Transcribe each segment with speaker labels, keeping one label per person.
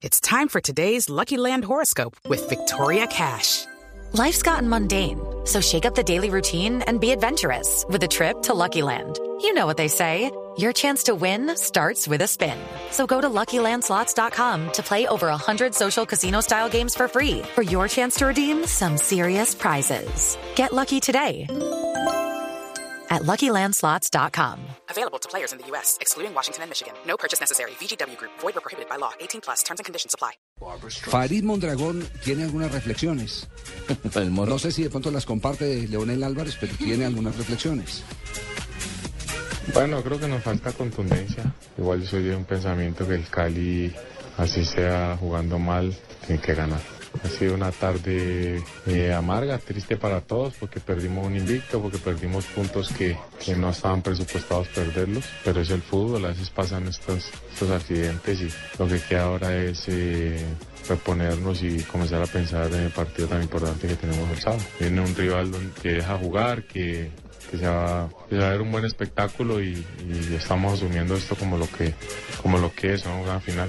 Speaker 1: It's time for today's Lucky Land horoscope with Victoria Cash.
Speaker 2: Life's gotten mundane, so shake up the daily routine and be adventurous with a trip to Lucky Land. You know what they say, your chance to win starts with a spin. So go to LuckyLandSlots.com to play over 100 social casino-style games for free for your chance to redeem some serious prizes. Get lucky today at LuckyLandSlots.com.
Speaker 1: Available to players in the U.S., excluding Washington and Michigan. No purchase necessary. VGW Group. Void or prohibited by law. 18+. Terms and conditions apply.
Speaker 3: Farid Mondragón tiene algunas reflexiones. No sé si de pronto las comparte Leonel Álvarez, pero tiene algunas reflexiones.
Speaker 4: Bueno, creo que nos falta contundencia. Igual yo soy de un pensamiento que el Cali, así sea jugando mal, tiene que ganar. Ha sido una tarde amarga, triste para todos, porque perdimos un invicto, porque perdimos puntos que no estaban presupuestados perderlos, pero es el fútbol, a veces pasan estos accidentes y lo que queda ahora es reponernos y comenzar a pensar en el partido tan importante que tenemos el sábado. Viene un rival que deja jugar, que se va a ver un buen espectáculo y estamos asumiendo esto como lo que es, ¿no? Una final.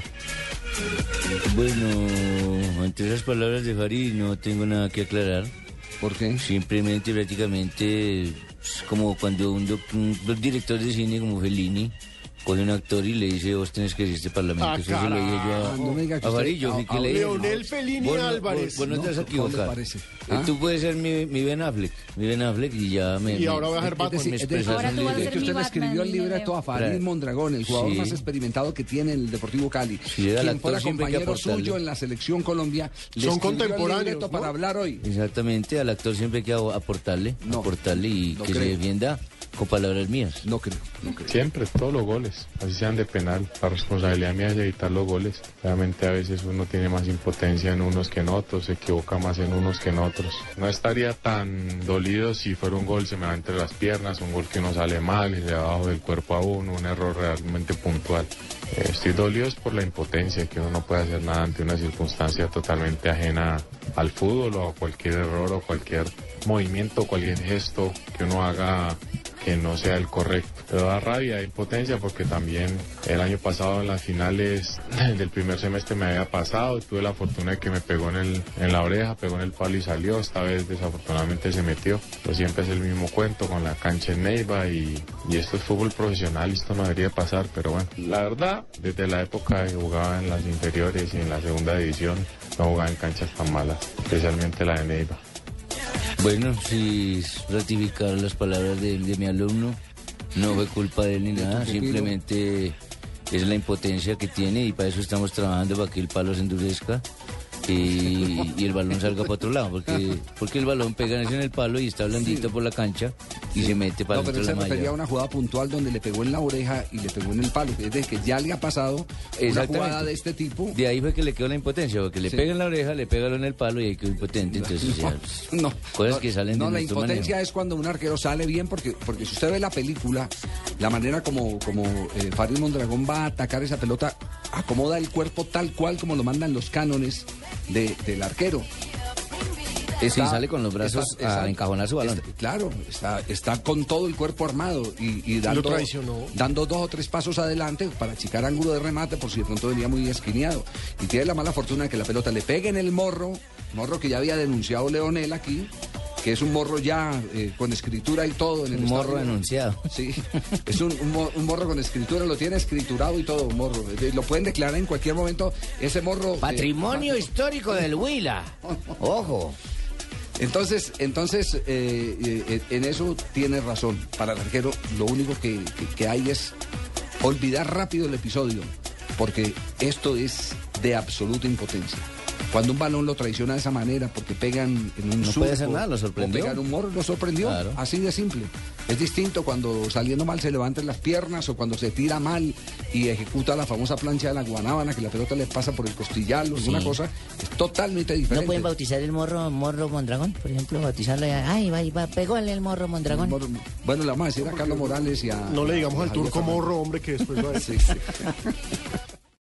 Speaker 5: Bueno, ante esas palabras de Farid no tengo nada que aclarar.
Speaker 3: ¿Por qué?
Speaker 5: Simplemente, prácticamente, es como cuando un director de cine como Fellini coge un actor y le dice, vos tenés que ir a este parlamento. Eso se lo dije yo a Farid, yo fui que le dije.
Speaker 6: Leonel Fellini Álvarez.
Speaker 5: Vos no te vas a equivocar. Tú puedes ser mi Ben Affleck y ya me...
Speaker 6: Y ahora voy a ser Batman.
Speaker 3: Ahora tú vas a ser que usted le escribió el libreto a Farid Mondragón, el jugador más experimentado que tiene el Deportivo Cali. Quien fuera compañero suyo en la Selección Colombia.
Speaker 6: Son contemporáneos, ¿no?
Speaker 3: Para hablar hoy.
Speaker 5: Exactamente, al actor siempre hay que aportarle y que se defienda con palabras mías.
Speaker 3: No creo.
Speaker 4: Siempre, todos los goles, así sean de penal. La responsabilidad mía es evitar los goles. Realmente a veces uno tiene más impotencia en unos que en otros, se equivoca más en unos que en otros. No estaría tan dolido si fuera un gol se me va entre las piernas, un gol que uno sale mal y de abajo del cuerpo a uno, un error realmente puntual. Estoy dolido es por la impotencia, que uno no puede hacer nada ante una circunstancia totalmente ajena al fútbol o a cualquier error o cualquier movimiento, cualquier gesto que uno haga que no sea el correcto. Pero da rabia, impotencia, porque también el año pasado en las finales del primer semestre me había pasado, tuve la fortuna de que me pegó en la oreja, pegó en el palo y salió. Esta vez desafortunadamente se metió. Pero siempre es el mismo cuento con la cancha en Neiva y esto es fútbol profesional, esto no debería pasar, pero bueno, la verdad, desde la época que jugaba en las inferiores y en la segunda división, no jugaba en canchas tan malas, especialmente la de Neiva.
Speaker 5: Bueno, si ratificar las palabras de mi alumno, no fue culpa de él ni nada, simplemente es la impotencia que tiene y para eso estamos trabajando, para que el palo se endurezca y el balón salga para otro lado, porque el balón pega en el palo y está blandito por la cancha y se mete para dentro de la malla. No, pero se refería a
Speaker 3: una jugada puntual donde le pegó en la oreja y le pegó en el palo, es decir, que ya le ha pasado una jugada de este tipo.
Speaker 5: De ahí fue que le quedó la impotencia, porque le pega en la oreja, le pega en el palo y ahí quedó impotente, entonces cosas que salen de nuestro manejo. La
Speaker 3: impotencia es cuando un arquero sale bien, porque si usted ve la película, la manera como Farid Mondragón va a atacar esa pelota, acomoda el cuerpo tal cual como lo mandan los cánones del arquero.
Speaker 5: Sale con los brazos a encajonar su balón.
Speaker 3: Está con todo el cuerpo armado y dando 2 o 3 pasos adelante para achicar ángulo de remate por si de pronto venía muy esquineado. Y tiene la mala fortuna de que la pelota le pegue en el morro que ya había denunciado Leonel aquí, que es un morro ya con escritura y todo. En el
Speaker 5: morro denunciado.
Speaker 3: Sí, es un morro con escritura, lo tiene escriturado y todo, un morro. Lo pueden declarar en cualquier momento, ese morro...
Speaker 5: Patrimonio histórico del Huila. Ojo.
Speaker 3: Entonces, en eso tiene razón. Para el arquero, lo único que hay es olvidar rápido el episodio, porque esto es de absoluta impotencia. Cuando un balón lo traiciona de esa manera, porque pegan en un
Speaker 5: surco, puede hacer nada, lo sorprendió.
Speaker 3: O pegan un morro, lo sorprendió, claro. Así de simple. Es distinto cuando saliendo mal se levantan las piernas o cuando se tira mal y ejecuta la famosa plancha de la guanábana, que la pelota le pasa por el costillar o alguna cosa, es totalmente diferente.
Speaker 7: ¿No pueden bautizar el morro Mondragón? Por ejemplo, bautizarlo pególe el morro Mondragón.
Speaker 3: Bueno, le vamos a decir a Carlos Morales y a...
Speaker 6: No le digamos al turco morro, hombre, que después va a decir.
Speaker 3: Sí.